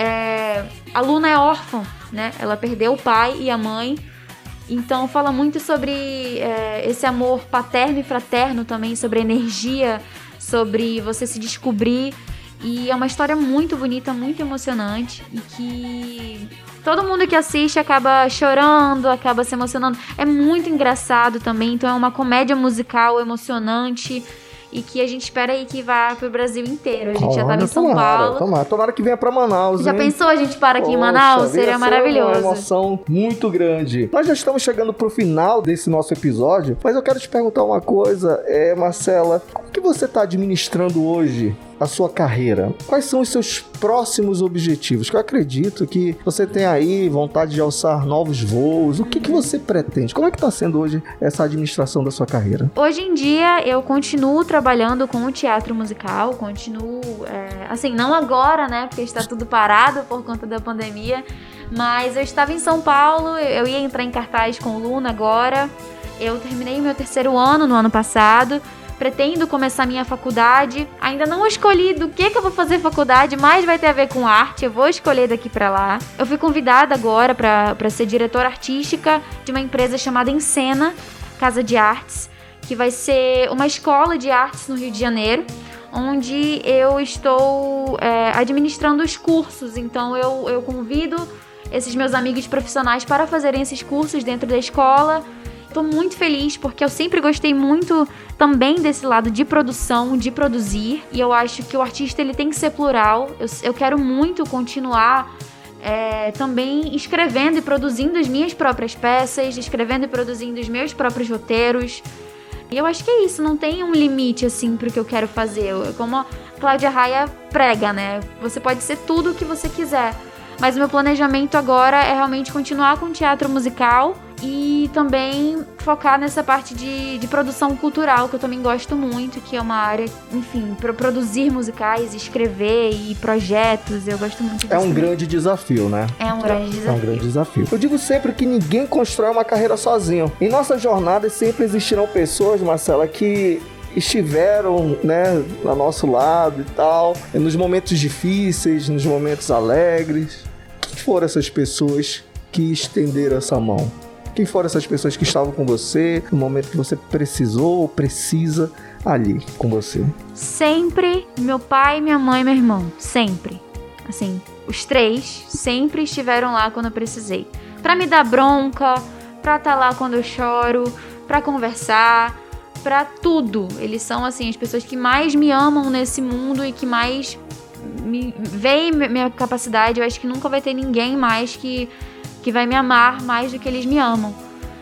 B: a Luna é órfã, né? Ela perdeu o pai e a mãe. Então fala muito sobre esse amor paterno e fraterno também, sobre energia, sobre você se descobrir. E é uma história muito bonita, muito emocionante, e que todo mundo que assiste acaba chorando, acaba se emocionando. É muito engraçado também, então é uma comédia musical emocionante. e que a gente espera aí que vá pro Brasil inteiro. A gente já tava em São Paulo.
A: Tomara que venha pra Manaus,
B: Já pensou a gente para aqui em Manaus? Seria maravilhoso.
A: É uma emoção muito grande. Nós já estamos chegando pro final desse nosso episódio, mas eu quero te perguntar uma coisa, Marcela, como que você tá administrando hoje a sua carreira? Quais são os seus próximos objetivos? Que eu acredito que você tem aí vontade de alçar novos voos. O que você pretende? Como é que está sendo hoje essa administração da sua carreira?
B: Hoje em dia eu continuo trabalhando com o teatro musical, assim, não agora, né, porque está tudo parado por conta da pandemia, mas eu estava em São Paulo, eu ia entrar em cartaz com o Luna agora, eu terminei meu 3º ano no ano passado, pretendo começar minha faculdade, ainda não escolhi do que eu vou fazer faculdade, mas vai ter a ver com arte, eu vou escolher daqui pra lá. Eu fui convidada agora pra ser diretora artística de uma empresa chamada Encena, Casa de Artes, que vai ser uma escola de artes no Rio de Janeiro, onde eu estou administrando os cursos, então eu convido esses meus amigos profissionais para fazerem esses cursos dentro da escola. Estou muito feliz porque eu sempre gostei muito também desse lado de produção, de produzir, e eu acho que o artista ele tem que ser plural. Eu quero muito continuar também escrevendo e produzindo as minhas próprias peças, escrevendo e produzindo os meus próprios roteiros. E eu acho que é isso, não tem um limite assim pro que eu quero fazer. Como a Cláudia Raia prega, né? Você pode ser tudo o que você quiser. Mas o meu planejamento agora é realmente continuar com o teatro musical e também focar nessa parte de produção cultural, que eu também gosto muito, que é uma área, enfim, para produzir musicais, escrever e projetos, eu gosto muito disso.
A: É um grande desafio, né?
B: É um grande desafio.
A: É um grande desafio. Eu digo sempre que ninguém constrói uma carreira sozinho. Em nossa jornada sempre existirão pessoas, Marcela, que estiveram, né, ao nosso lado e tal, nos momentos difíceis, nos momentos alegres. Quem foram essas pessoas que estenderam essa mão? Quem foram essas pessoas que estavam com você no momento que você precisou ou precisa ali com você?
B: Sempre meu pai, minha mãe e meu irmão. Sempre. Assim, os 3 sempre estiveram lá quando eu precisei. Pra me dar bronca, pra estar lá quando eu choro, pra conversar, pra tudo. Eles são, assim, as pessoas que mais me amam nesse mundo e que mais veem minha capacidade. Eu acho que nunca vai ter ninguém mais que vai me amar mais do que eles me amam.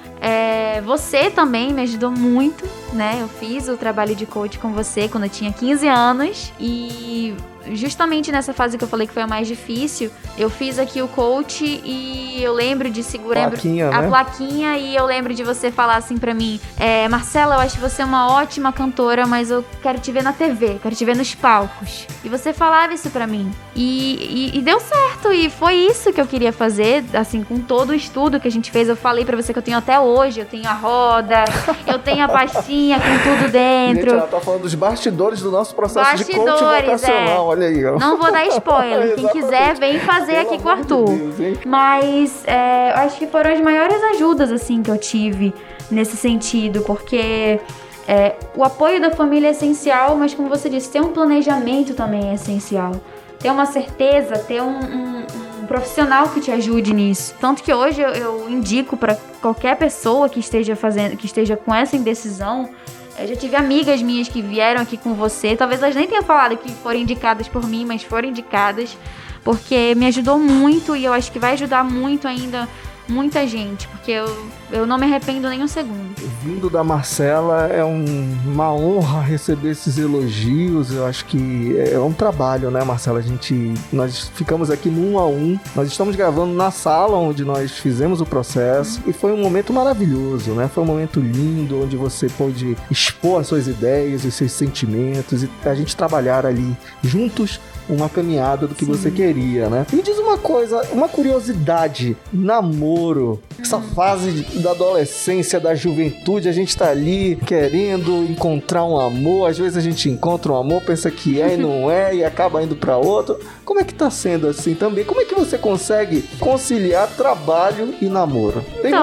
B: Você também me ajudou muito, né? Eu fiz o trabalho de coach com você quando eu tinha 15 anos e justamente nessa fase que eu falei que foi a mais difícil, eu fiz aqui o coach e eu lembro de segurar a plaquinha e eu lembro de você falar assim pra mim, Marcela, eu acho você uma ótima cantora, mas eu quero te ver na TV, quero te ver nos palcos. E você falava isso pra mim. E deu certo, e foi isso que eu queria fazer, assim, com todo o estudo que a gente fez. Eu falei pra você que eu tenho até hoje, eu tenho a roda, eu tenho a pastinha com tudo dentro. Gente,
A: ela tá falando dos bastidores do nosso processo de coaching vocacional, olha aí. Ó.
B: Não vou dar spoiler, quem quiser vem fazer aqui com o Arthur. Deus, mas eu acho que foram as maiores ajudas, assim, que eu tive nesse sentido, porque o apoio da família é essencial, mas como você disse, ter um planejamento também é essencial. Ter uma certeza, ter um profissional que te ajude nisso. Tanto que hoje eu indico para qualquer pessoa que esteja com essa indecisão. Eu já tive amigas minhas que vieram aqui com você, talvez elas nem tenham falado que foram indicadas por mim, mas foram indicadas, porque me ajudou muito e eu acho que vai ajudar muito ainda muita gente, porque eu não me arrependo nem um segundo.
A: Vindo da Marcela, é uma honra receber esses elogios. Eu acho que é um trabalho, né, Marcela? Nós ficamos aqui no 1 a 1. Nós estamos gravando na sala onde nós fizemos o processo e foi um momento maravilhoso, né? Foi um momento lindo, onde você pôde expor as suas ideias, os seus sentimentos e a gente trabalhar ali juntos uma caminhada do que você queria, né? Me diz uma coisa, uma curiosidade, namoro, essa fase da adolescência, da juventude, a gente tá ali querendo encontrar um amor, às vezes a gente encontra um amor, pensa que é e não é, e acaba indo pra outro. Como é que tá sendo assim também? Como é que você consegue conciliar trabalho e namoro?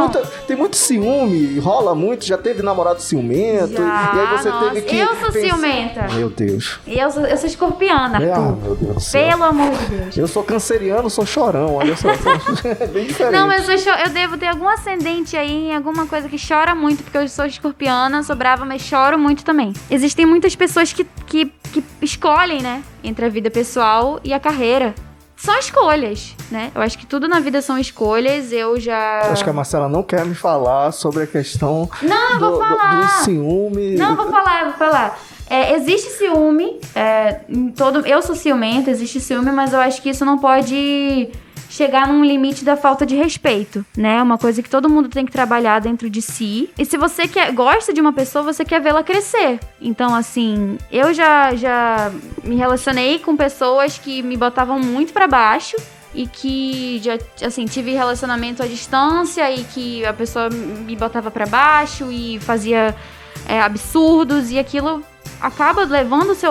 A: tem muito ciúme, rola muito, já teve namorado ciumento,
B: Já,
A: e aí você
B: nossa,
A: teve que...
B: eu sou ciumenta.
A: Meu Deus.
B: Eu sou escorpiana, Arthur.
A: Ah, meu Deus do céu.
B: Pelo amor de Deus.
A: Eu sou canceriano, sou chorão, olha só. É bem diferente.
B: Não, mas eu devo ter algum ascendente aí em alguma coisa que chora muito, porque eu sou escorpiana, sou brava, mas choro muito também. Existem muitas pessoas que escolhem, né, entre a vida pessoal e a carreira. São escolhas, né? Eu acho que tudo na vida são escolhas. Eu já...
A: Acho que a Marcela não quer me falar sobre a questão do ciúme.
B: Não, eu vou falar. Existe ciúme, eu sou ciumenta, existe ciúme, mas eu acho que isso não pode chegar num limite da falta de respeito, né? É uma coisa que todo mundo tem que trabalhar dentro de si. E se você gosta de uma pessoa, você quer vê-la crescer. Então, assim, eu já me relacionei com pessoas que me botavam muito pra baixo e que já, assim, tive relacionamento à distância e que a pessoa me botava pra baixo e fazia absurdos, e aquilo acaba levando o seu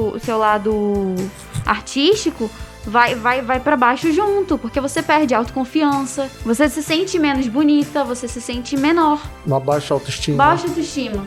B: lado artístico, vai pra baixo junto, porque você perde a autoconfiança, você se sente menos bonita, você se sente menor.
A: Uma baixa autoestima.
B: Baixa autoestima.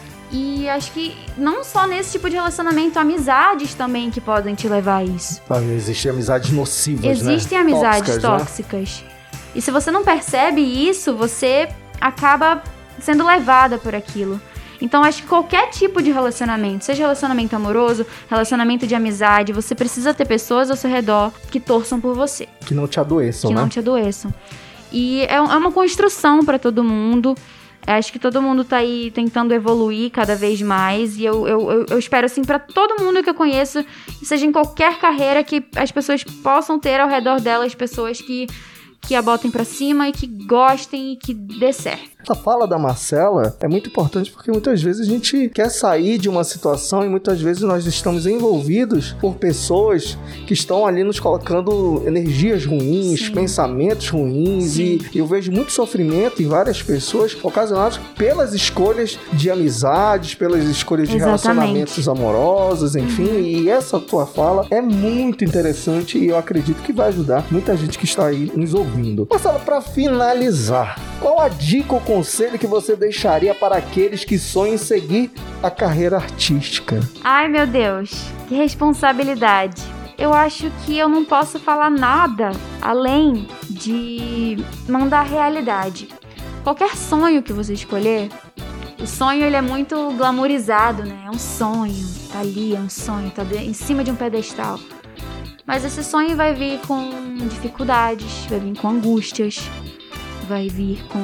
B: E acho que não só nesse tipo de relacionamento, amizades também que podem te levar a isso.
A: Existem amizades nocivas,
B: Existem amizades tóxicas. Né? E se você não percebe isso, você acaba sendo levada por aquilo. Então, acho que qualquer tipo de relacionamento, seja relacionamento amoroso, relacionamento de amizade, você precisa ter pessoas ao seu redor que torçam por você.
A: Que não te adoeçam,
B: né? Que não te adoeçam. E é uma construção para todo mundo. Acho que todo mundo tá aí tentando evoluir cada vez mais. E eu espero, assim, para todo mundo que eu conheço, seja em qualquer carreira, que as pessoas possam ter ao redor delas pessoas que a botem pra cima e que gostem e que dê certo.
A: Essa fala da Marcela é muito importante porque muitas vezes a gente quer sair de uma situação e muitas vezes nós estamos envolvidos por pessoas que estão ali nos colocando energias ruins, sim, pensamentos ruins, sim, e eu vejo muito sofrimento em várias pessoas ocasionados pelas escolhas de amizades, pelas escolhas de relacionamentos amorosos, enfim, e essa tua fala é muito interessante e eu acredito que vai ajudar muita gente que está aí nos ouvindo. Marcela, para finalizar, qual a dica ou conselho que você deixaria para aqueles que sonham em seguir a carreira artística?
B: Ai, meu Deus, que responsabilidade. Eu acho que eu não posso falar nada além de mandar a realidade. Qualquer sonho que você escolher, o sonho ele é muito glamourizado, né? É um sonho, tá ali, é um sonho, tá em cima de um pedestal. Mas esse sonho vai vir com dificuldades, vai vir com angústias, vai vir com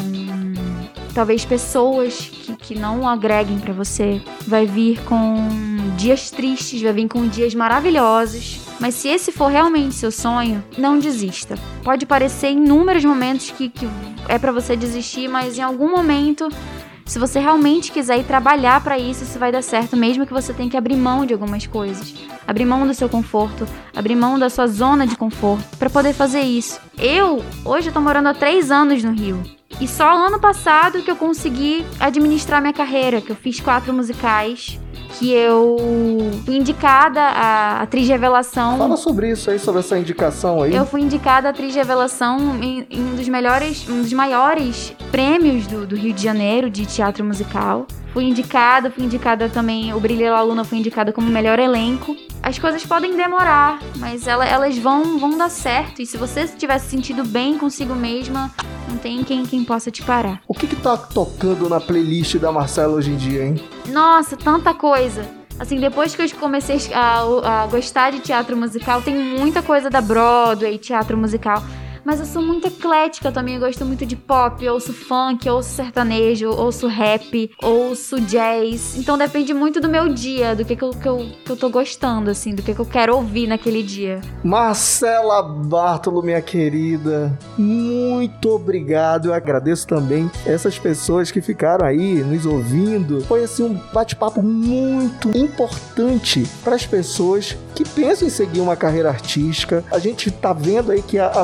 B: talvez pessoas que não agreguem pra você, vai vir com dias tristes, vai vir com dias maravilhosos. Mas se esse for realmente seu sonho, não desista. Pode parecer em inúmeros momentos que é pra você desistir, mas em algum momento, se você realmente quiser ir trabalhar pra isso vai dar certo, mesmo que você tenha que abrir mão de algumas coisas. Abrir mão do seu conforto, abrir mão da sua zona de conforto pra poder fazer isso. Hoje eu tô morando há 3 anos no Rio. E só ano passado que eu consegui administrar minha carreira, que eu fiz 4 musicais, que eu fui indicada a atriz revelação.
A: Fala sobre isso aí, sobre essa indicação aí.
B: Eu fui indicada a atriz revelação em um dos maiores prêmios do Rio de Janeiro de teatro musical. Fui indicada também, o Brilho La Luna foi indicada como melhor elenco. As coisas podem demorar, mas elas vão dar certo. E se você estiver se sentindo bem consigo mesma, não tem quem possa te parar.
A: O que tá tocando na playlist da Marcela hoje em dia, hein?
B: Nossa, tanta coisa. Assim, depois que eu comecei a gostar de teatro musical, tem muita coisa da Broadway, teatro musical. Mas eu sou muito eclética também, eu gosto muito de pop, eu ouço funk, eu ouço sertanejo, eu ouço rap, ouço jazz. Então depende muito do meu dia, do que eu tô gostando, assim, do que eu quero ouvir naquele dia.
A: Marcela Bartolo, minha querida, muito obrigado. Eu agradeço também essas pessoas que ficaram aí nos ouvindo. Foi assim um bate-papo muito importante para as pessoas que pensam em seguir uma carreira artística. A gente tá vendo aí que a situação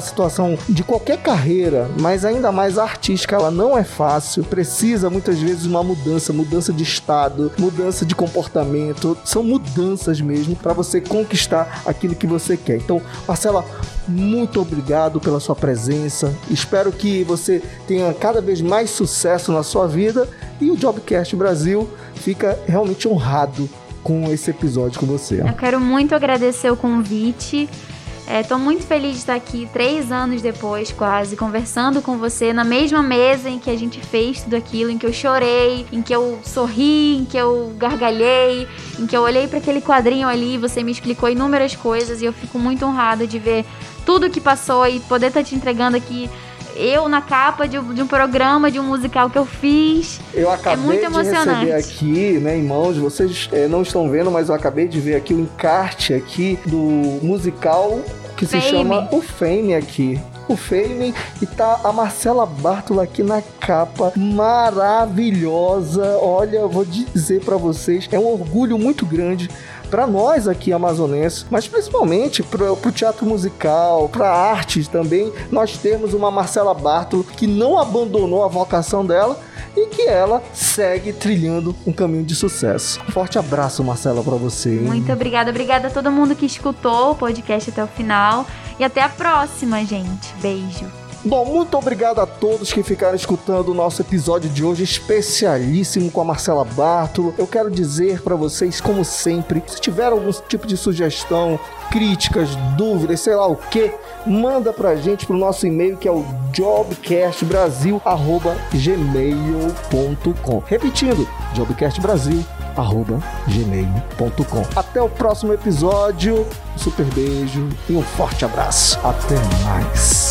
A: transição de qualquer carreira, mas ainda mais a artística, ela não é fácil, precisa muitas vezes uma mudança de estado, mudança de comportamento, são mudanças mesmo para você conquistar aquilo que você quer. Então, Marcela, muito obrigado pela sua presença, espero que você tenha cada vez mais sucesso na sua vida e o Jobcast Brasil fica realmente honrado com esse episódio com você.
B: Eu quero muito agradecer o convite. Tô muito feliz de estar aqui 3 anos depois, quase, conversando com você na mesma mesa em que a gente fez tudo aquilo, em que eu chorei, em que eu sorri, em que eu gargalhei, em que eu olhei para aquele quadrinho ali, você me explicou inúmeras coisas e eu fico muito honrada de ver tudo que passou e poder estar te entregando aqui eu na capa de um programa, de um musical que eu fiz.
A: Eu acabei
B: muito emocionante.
A: de receber aqui, né, em mãos, vocês não estão vendo, mas eu acabei de ver aqui o encarte aqui do musical que se chama O Fame aqui. O Fame, e tá a Marcela Bartolo aqui na capa, maravilhosa. Olha, eu vou dizer pra vocês, é um orgulho muito grande para nós aqui amazonenses, mas principalmente pro teatro musical, pra arte também. Nós temos uma Marcela Bartolo que não abandonou a vocação dela e que ela segue trilhando um caminho de sucesso. Forte abraço, Marcela, pra você, hein?
B: Muito obrigada a todo mundo que escutou o podcast até o final e até a próxima, gente. Beijo.
A: Bom, muito obrigado a todos que ficaram escutando o nosso episódio de hoje, especialíssimo com a Marcela Bartolo. Eu quero dizer pra vocês, como sempre, se tiver algum tipo de sugestão, críticas, dúvidas, sei lá o que, manda pra gente pro nosso e-mail, que é o jobcastbrasil@gmail.com. Repetindo, jobcastbrasil@gmail.com. Até o próximo episódio, um super beijo e um forte abraço. Até mais.